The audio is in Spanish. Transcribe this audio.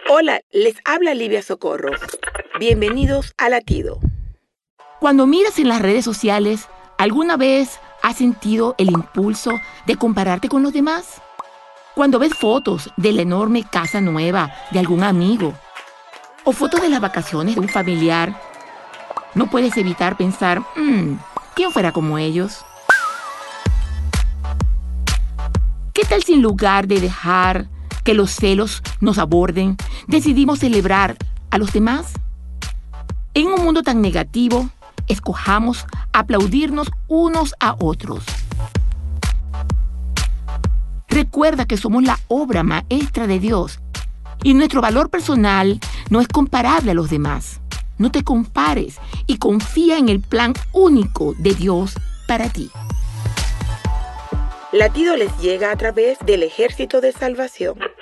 Hola, les habla Livia Socorro. Bienvenidos a Latido. Cuando miras en las redes sociales, ¿alguna vez has sentido el impulso de compararte con los demás? Cuando ves fotos de la enorme casa nueva de algún amigo o fotos de las vacaciones de un familiar, no puedes evitar pensar, ¿quién fuera como ellos? ¿Qué tal si en lugar de dejar que los celos nos aborden, decidimos celebrar a los demás? En un mundo tan negativo, escojamos aplaudirnos unos a otros. Recuerda que somos la obra maestra de Dios y nuestro valor personal no es comparable a los demás. No te compares y confía en el plan único de Dios para ti. Latido les llega a través del Ejército de Salvación.